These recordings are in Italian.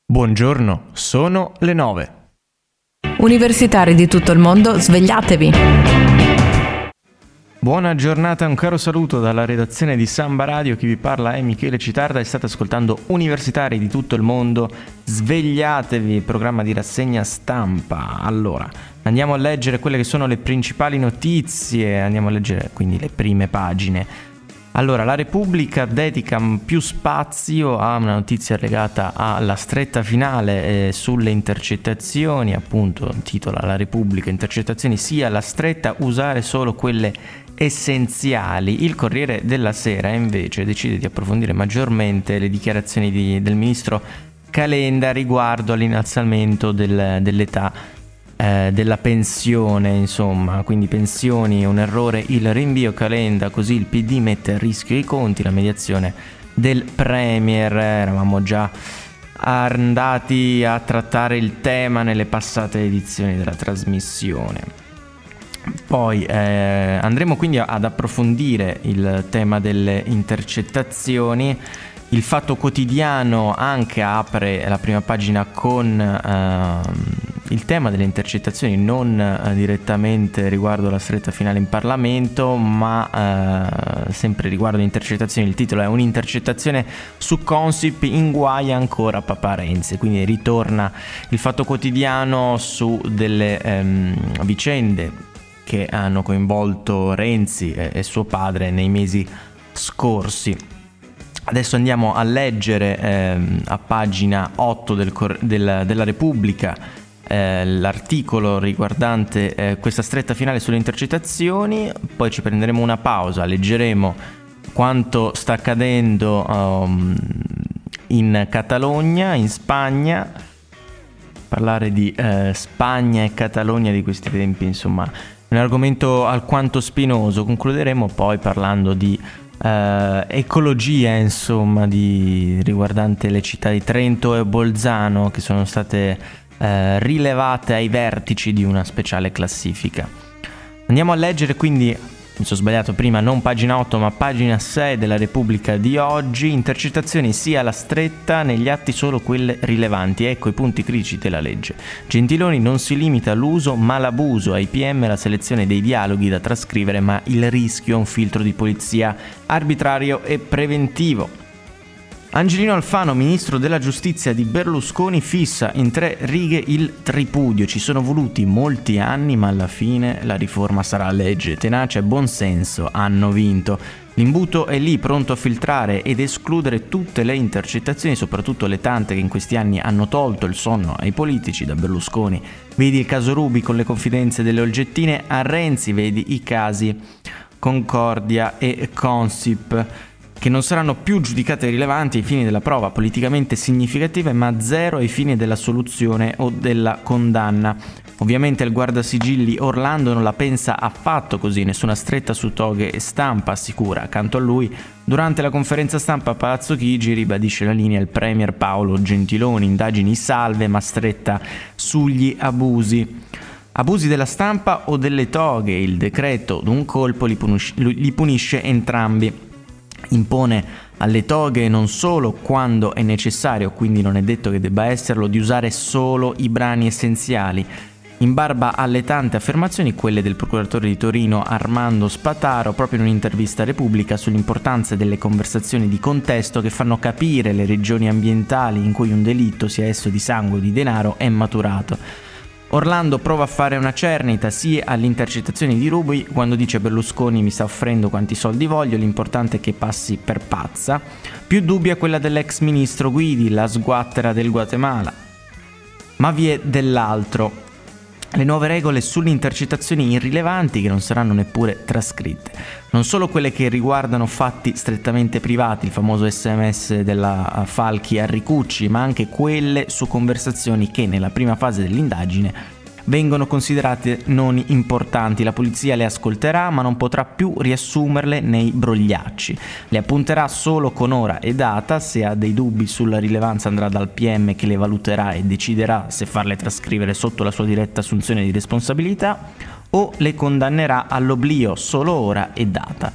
Buongiorno, sono le 9. Universitari di tutto il mondo, svegliatevi! Buona giornata, un caro saluto dalla redazione di Samba Radio. Chi vi parla è Michele Citarda e state ascoltando Universitari di tutto il mondo, svegliatevi, programma di rassegna stampa. Allora, andiamo a leggere quelle che sono le principali notizie, andiamo a leggere quindi le prime pagine. Allora, la Repubblica dedica più spazio a una notizia legata alla stretta finale sulle intercettazioni, appunto titola la Repubblica: intercettazioni sia la stretta, usare solo quelle essenziali. Il Corriere della Sera invece decide di approfondire maggiormente le dichiarazioni del ministro Calenda riguardo all'innalzamento dell'età della pensione, insomma, quindi pensioni, un errore il rinvio Calenda, così il PD mette a rischio i conti, la mediazione del Premier. Eravamo già andati a trattare il tema nelle passate edizioni della trasmissione. Poi andremo quindi ad approfondire il tema delle intercettazioni. Il Fatto Quotidiano anche apre la prima pagina con il tema delle intercettazioni, non direttamente riguardo la stretta finale in Parlamento, ma sempre riguardo le intercettazioni. Il titolo è: un'intercettazione su Consip inguaia ancora Papa Renzi. Quindi ritorna il Fatto Quotidiano su delle vicende che hanno coinvolto Renzi e suo padre nei mesi scorsi. Adesso andiamo a leggere a pagina 8 della Repubblica l'articolo riguardante questa stretta finale sulle intercettazioni. Poi ci prenderemo una pausa, leggeremo quanto sta accadendo in Catalogna, in Spagna. Parlare di Spagna e Catalogna di questi tempi, insomma, è un argomento alquanto spinoso. Concluderemo poi parlando di ecologia, insomma, riguardante le città di Trento e Bolzano che sono state rilevate ai vertici di una speciale classifica. Andiamo a leggere quindi, mi sono sbagliato prima, non pagina 8 ma pagina 6 della Repubblica di oggi. Intercettazioni sia la stretta, negli atti solo quelle rilevanti. Ecco i punti critici della legge. Gentiloni non si limita all'uso ma l'abuso. Ai PM la selezione dei dialoghi da trascrivere, ma il rischio è un filtro di polizia arbitrario e preventivo. Angelino Alfano, ministro della giustizia di Berlusconi, fissa in 3 righe il tripudio. Ci sono voluti molti anni, ma alla fine la riforma sarà legge. Tenacia e buonsenso hanno vinto. L'imbuto è lì, pronto a filtrare ed escludere tutte le intercettazioni, soprattutto le tante che in questi anni hanno tolto il sonno ai politici, da Berlusconi vedi il caso Ruby con le confidenze delle Olgettine, a Renzi vedi i casi Concordia e Consip, che non saranno più giudicate rilevanti ai fini della prova politicamente significative, ma zero ai fini della soluzione o della condanna. Ovviamente il guardasigilli Orlando non la pensa affatto così, nessuna stretta su toghe e stampa, assicura. Accanto a lui, durante la conferenza stampa a Palazzo Chigi, ribadisce la linea il premier Paolo Gentiloni: indagini salve ma stretta sugli abusi. Abusi della stampa o delle toghe? Il decreto d'un colpo li punisce entrambi. Impone alle toghe, non solo quando è necessario, quindi non è detto che debba esserlo, di usare solo i brani essenziali, in barba alle tante affermazioni, quelle del procuratore di Torino Armando Spataro, proprio in un'intervista a Repubblica, sull'importanza delle conversazioni di contesto che fanno capire le regioni ambientali in cui un delitto, sia esso di sangue o di denaro, è maturato. Orlando prova a fare una cernita sì alle intercettazioni di Ruby quando dice: Berlusconi mi sta offrendo quanti soldi voglio, l'importante è che passi per pazza. Più dubbia quella dell'ex ministro Guidi, la sguattera del Guatemala. Ma vi è dell'altro. Le nuove regole sulle intercettazioni irrilevanti che non saranno neppure trascritte. Non solo quelle che riguardano fatti strettamente privati, il famoso SMS della Falchi a Ricucci, ma anche quelle su conversazioni che nella prima fase dell'indagine vengono considerate non importanti. La polizia le ascolterà ma non potrà più riassumerle nei brogliacci. Le appunterà solo con ora e data. Se ha dei dubbi sulla rilevanza andrà dal PM che le valuterà e deciderà se farle trascrivere sotto la sua diretta assunzione di responsabilità o le condannerà all'oblio solo ora e data.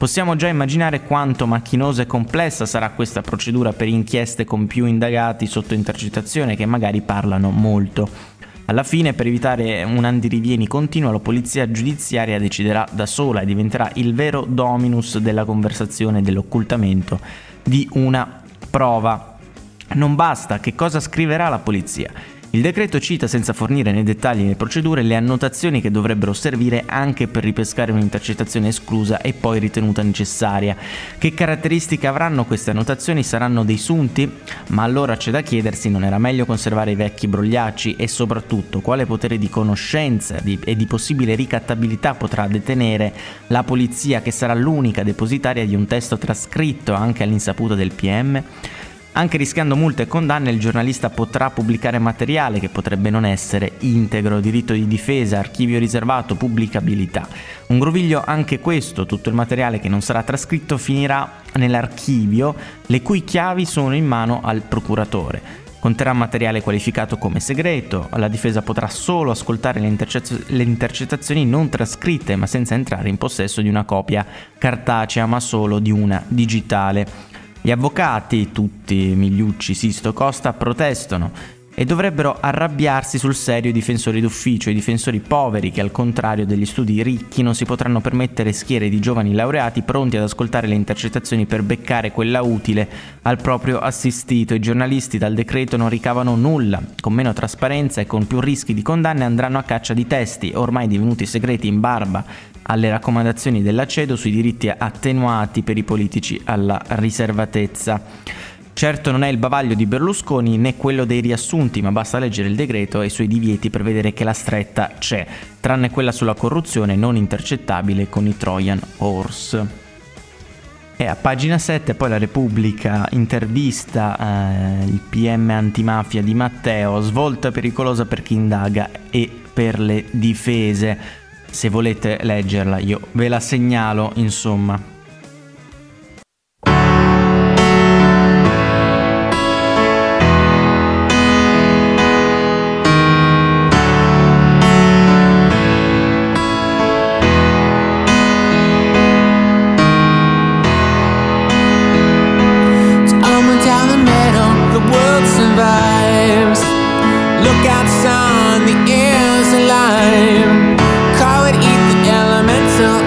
Possiamo già immaginare quanto macchinosa e complessa sarà questa procedura per inchieste con più indagati sotto intercettazione che magari parlano molto. Alla fine, per evitare un andirivieni continuo, la polizia giudiziaria deciderà da sola e diventerà il vero dominus della conversazione e dell'occultamento di una prova. Non basta, che cosa scriverà la polizia? Il decreto cita, senza fornire nei dettagli le procedure, le annotazioni che dovrebbero servire anche per ripescare un'intercettazione esclusa e poi ritenuta necessaria. Che caratteristiche avranno queste annotazioni? Saranno dei sunti? Ma allora c'è da chiedersi, non era meglio conservare i vecchi brogliacci? E soprattutto, quale potere di conoscenza e di possibile ricattabilità potrà detenere la polizia, che sarà l'unica depositaria di un testo trascritto anche all'insaputa del PM? Anche rischiando multe e condanne, il giornalista potrà pubblicare materiale che potrebbe non essere integro, diritto di difesa, archivio riservato, pubblicabilità. Un groviglio anche questo, tutto il materiale che non sarà trascritto finirà nell'archivio, le cui chiavi sono in mano al procuratore. Conterrà materiale qualificato come segreto, la difesa potrà solo ascoltare le intercettazioni non trascritte, ma senza entrare in possesso di una copia cartacea, ma solo di una digitale. Gli avvocati, tutti Migliucci, Sisto, Costa, protestano e dovrebbero arrabbiarsi sul serio i difensori d'ufficio, i difensori poveri che, al contrario degli studi ricchi, non si potranno permettere schiere di giovani laureati pronti ad ascoltare le intercettazioni per beccare quella utile al proprio assistito. I giornalisti dal decreto non ricavano nulla, con meno trasparenza e con più rischi di condanne andranno a caccia di testi ormai divenuti segreti in barba alle raccomandazioni della CEDO sui diritti attenuati per i politici alla riservatezza. Certo non è il bavaglio di Berlusconi né quello dei riassunti, ma basta leggere il decreto e i suoi divieti per vedere che la stretta c'è, tranne quella sulla corruzione non intercettabile con i Trojan Horse. E a pagina 7 poi la Repubblica intervista il PM antimafia Di Matteo, svolta pericolosa per chi indaga e per le difese. Se volete leggerla io ve la segnalo, insomma. Look out, son, the air's alive. Call it ether, elemental,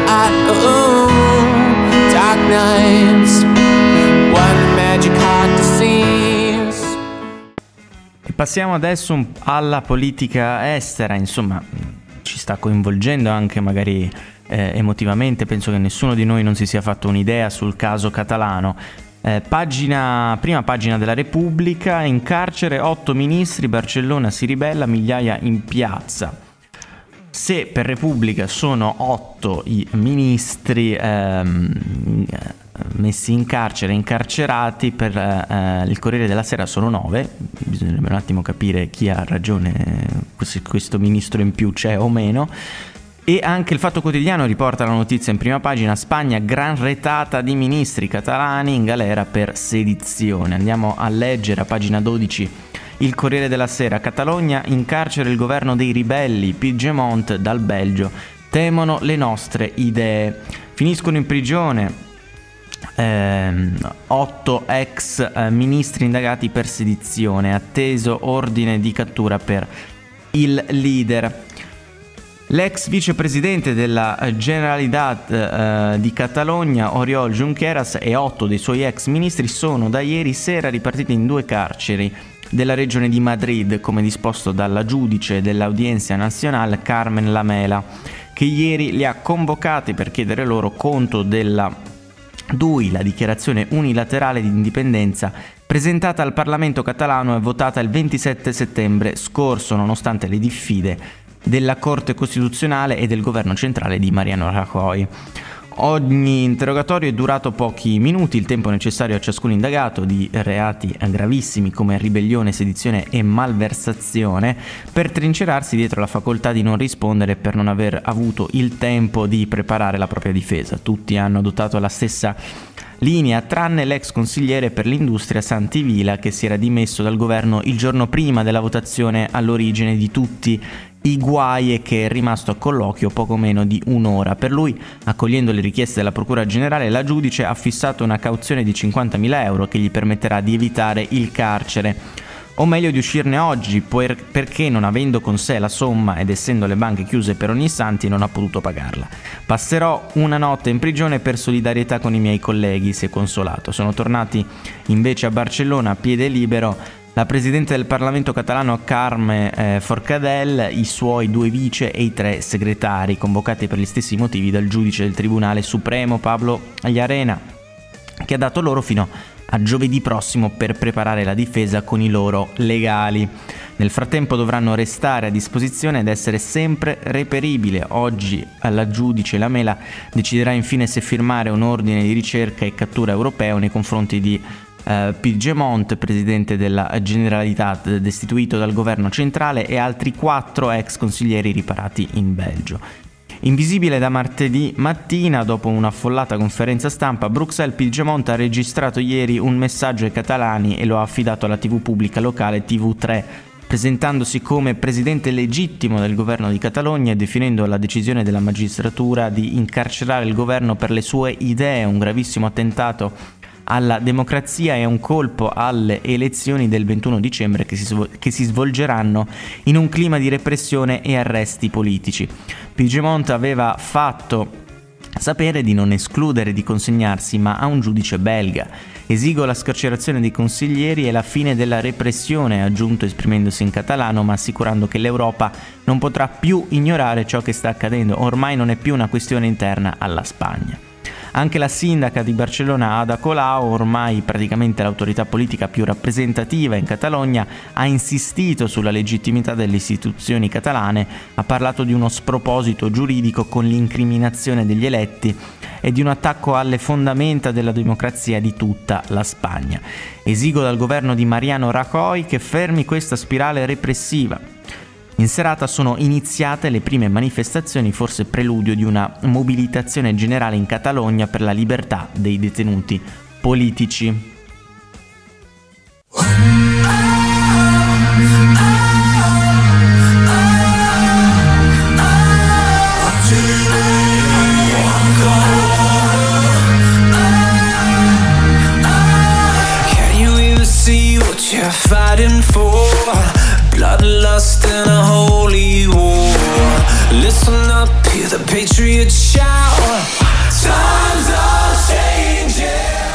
dark nights. One magic heart deceives. E passiamo adesso alla politica estera, insomma, ci sta coinvolgendo anche magari emotivamente, penso che nessuno di noi non si sia fatto un'idea sul caso catalano. Prima pagina della Repubblica, in carcere 8 ministri, Barcellona si ribella, migliaia in piazza. Se per Repubblica sono 8 i ministri messi in carcere, incarcerati, per il Corriere della Sera sono 9, bisognerebbe un attimo capire chi ha ragione, se questo ministro in più c'è o meno. E anche il Fatto Quotidiano riporta la notizia in prima pagina: Spagna, gran retata di ministri catalani in galera per sedizione. Andiamo a leggere a pagina 12 il Corriere della Sera: Catalogna, in carcere il governo dei ribelli, Puigdemont dal Belgio, temono le nostre idee. Finiscono in prigione 8 ex ministri indagati per sedizione, atteso ordine di cattura per il leader. L'ex vicepresidente della Generalitat di Catalogna, Oriol Junqueras, e 8 dei suoi ex ministri sono da ieri sera ripartiti in 2 carceri della regione di Madrid, come disposto dalla giudice dell'Audiencia Nazionale Carmen Lamela, che ieri li ha convocati per chiedere loro conto della DUI, la dichiarazione unilaterale di indipendenza presentata al Parlamento catalano e votata il 27 settembre scorso, nonostante le diffide della Corte Costituzionale e del governo centrale di Mariano Rajoy. Ogni interrogatorio è durato pochi minuti, il tempo necessario a ciascun indagato di reati gravissimi come ribellione, sedizione e malversazione per trincerarsi dietro la facoltà di non rispondere per non aver avuto il tempo di preparare la propria difesa. Tutti hanno adottato la stessa linea, tranne l'ex consigliere per l'industria Santi Vila, che si era dimesso dal governo il giorno prima della votazione all'origine di tutti i guai e che è rimasto a colloquio poco meno di un'ora. Per lui, accogliendo le richieste della Procura Generale, la giudice ha fissato una cauzione di 50.000 euro che gli permetterà di evitare il carcere, o meglio di uscirne oggi, perché non avendo con sé la somma ed essendo le banche chiuse per Ognissanti non ha potuto pagarla. Passerò una notte in prigione per solidarietà con i miei colleghi, si è consolato. Sono tornati invece a Barcellona a piede libero la Presidente del Parlamento catalano Carme Forcadell, i suoi 2 vice e i 3 segretari, convocati per gli stessi motivi dal giudice del Tribunale Supremo Pablo Llarena, che ha dato loro fino a giovedì prossimo per preparare la difesa con i loro legali. Nel frattempo dovranno restare a disposizione ed essere sempre reperibili. Oggi la giudice Lamela deciderà infine se firmare un ordine di ricerca e cattura europeo nei confronti di Puigdemont, presidente della Generalitat destituito dal governo centrale, e altri 4 ex consiglieri riparati in Belgio. Invisibile da martedì mattina, dopo un'affollata conferenza stampa a Bruxelles, Puigdemont ha registrato ieri un messaggio ai catalani e lo ha affidato alla TV pubblica locale TV3, presentandosi come presidente legittimo del governo di Catalogna e definendo la decisione della magistratura di incarcerare il governo per le sue idee un gravissimo attentato alla democrazia e un colpo alle elezioni del 21 dicembre che si svolgeranno in un clima di repressione e arresti politici. Puigdemont aveva fatto sapere di non escludere di consegnarsi, ma a un giudice belga. Esigo la scarcerazione dei consiglieri e la fine della repressione, ha aggiunto esprimendosi in catalano, ma assicurando che l'Europa non potrà più ignorare ciò che sta accadendo. Ormai non è più una questione interna alla Spagna. Anche la sindaca di Barcellona, Ada Colau, ormai praticamente l'autorità politica più rappresentativa in Catalogna, ha insistito sulla legittimità delle istituzioni catalane, ha parlato di uno sproposito giuridico con l'incriminazione degli eletti e di un attacco alle fondamenta della democrazia di tutta la Spagna. Esigo dal governo di Mariano Rajoy che fermi questa spirale repressiva. In serata sono iniziate le prime manifestazioni, forse preludio di una mobilitazione generale in Catalogna per la libertà dei detenuti politici. Can you even see what you're fighting for? Bloodlust and a holy war. Listen up, hear the patriot shout. Times are changing.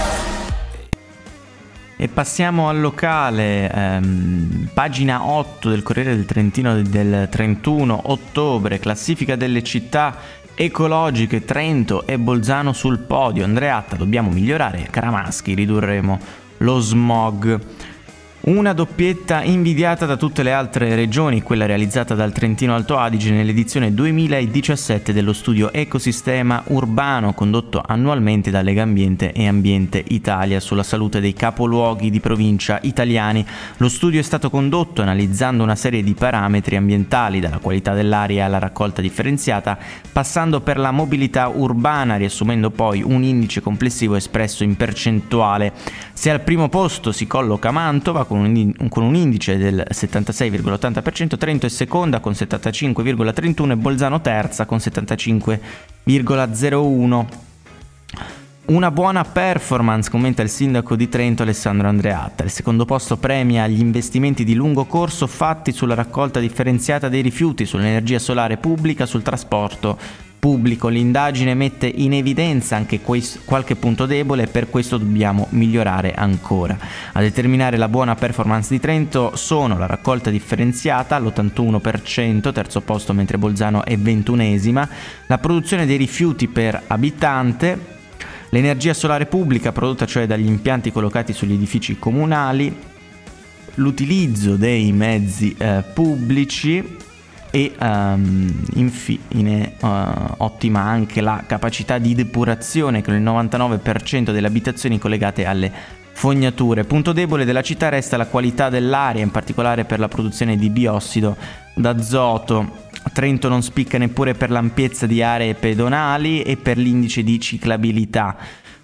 E passiamo al locale, pagina 8 del Corriere del Trentino del 31 ottobre, classifica delle città ecologiche, Trento e Bolzano sul podio. Andreatta, dobbiamo migliorare, Caramaschi, ridurremo lo smog. Una doppietta invidiata da tutte le altre regioni, quella realizzata dal Trentino Alto Adige nell'edizione 2017 dello studio Ecosistema Urbano, condotto annualmente da Legambiente e Ambiente Italia sulla salute dei capoluoghi di provincia italiani. Lo studio è stato condotto analizzando una serie di parametri ambientali, dalla qualità dell'aria alla raccolta differenziata, passando per la mobilità urbana, riassumendo poi un indice complessivo espresso in percentuale. Se al primo posto si colloca Mantova con un indice del 76,80%, Trento è seconda con 75,31% e Bolzano terza con 75,01%. Una buona performance, commenta il sindaco di Trento Alessandro Andreatta. Il secondo posto premia gli investimenti di lungo corso fatti sulla raccolta differenziata dei rifiuti, sull'energia solare pubblica, sul trasporto pubblico. L'indagine mette in evidenza anche qualche punto debole e per questo dobbiamo migliorare ancora. A determinare la buona performance di Trento sono la raccolta differenziata all'81%, terzo posto mentre Bolzano è 21esima, la produzione dei rifiuti per abitante, l'energia solare pubblica prodotta cioè dagli impianti collocati sugli edifici comunali, l'utilizzo dei mezzi pubblici e infine ottima anche la capacità di depurazione con il 99% delle abitazioni collegate alle fognature. Punto debole della città resta la qualità dell'aria, in particolare per la produzione di biossido d'azoto. Trento non spicca neppure per l'ampiezza di aree pedonali e per l'indice di ciclabilità.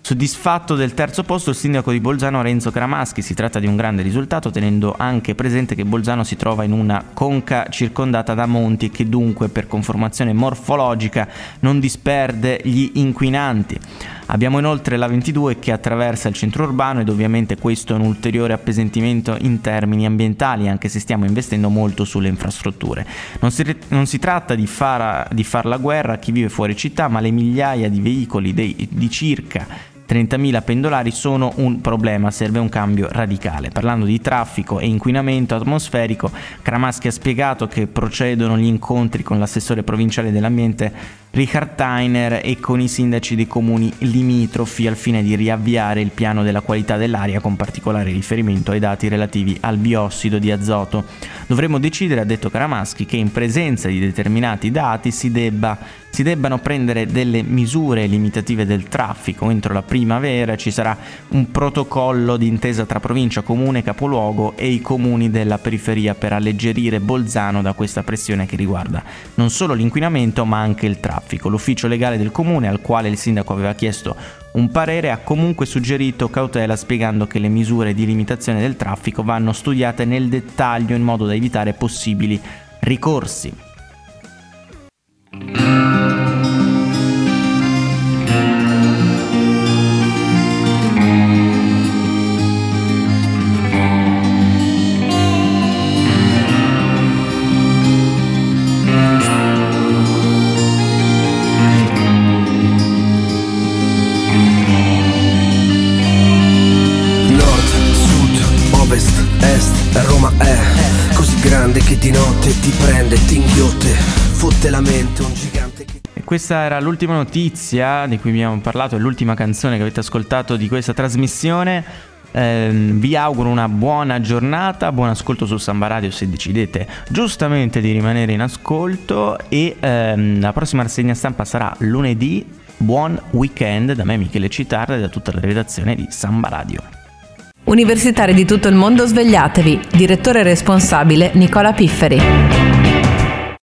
Soddisfatto del terzo posto il sindaco di Bolzano Renzo Kramaschi. Si tratta di un grande risultato, tenendo anche presente che Bolzano si trova in una conca circondata da monti e che dunque per conformazione morfologica non disperde gli inquinanti. Abbiamo inoltre la 22 che attraversa il centro urbano ed ovviamente questo è un ulteriore appesantimento in termini ambientali, anche se stiamo investendo molto sulle infrastrutture. Non si tratta di far la guerra a chi vive fuori città, ma le migliaia di veicoli di circa 30.000 pendolari sono un problema, serve un cambio radicale. Parlando di traffico e inquinamento atmosferico, Kramaschi ha spiegato che procedono gli incontri con l'assessore provinciale dell'ambiente Richard Theiner e con i sindaci dei comuni limitrofi al fine di riavviare il piano della qualità dell'aria con particolare riferimento ai dati relativi al biossido di azoto. Dovremmo decidere, ha detto Kramaschi, che in presenza di determinati dati si debbano prendere delle misure limitative del traffico. Entro la primavera ci sarà un protocollo d'intesa tra provincia, comune, capoluogo e i comuni della periferia per alleggerire Bolzano da questa pressione che riguarda non solo l'inquinamento ma anche il traffico. L'ufficio legale del comune, al quale il sindaco aveva chiesto un parere, ha comunque suggerito cautela, spiegando che le misure di limitazione del traffico vanno studiate nel dettaglio in modo da evitare possibili ricorsi. Roma è così grande che di notte ti prende, ti inghiotte, fotte la mente un gigante che... E questa era l'ultima notizia di cui abbiamo parlato, è l'ultima canzone che avete ascoltato di questa trasmissione. Vi auguro una buona giornata, buon ascolto su Samba Radio se decidete giustamente di rimanere in ascolto e la prossima rassegna stampa sarà lunedì. Buon weekend da me Michele Citarda e da tutta la redazione di Samba Radio. Universitari di tutto il mondo, svegliatevi. Direttore responsabile Nicola Pifferi.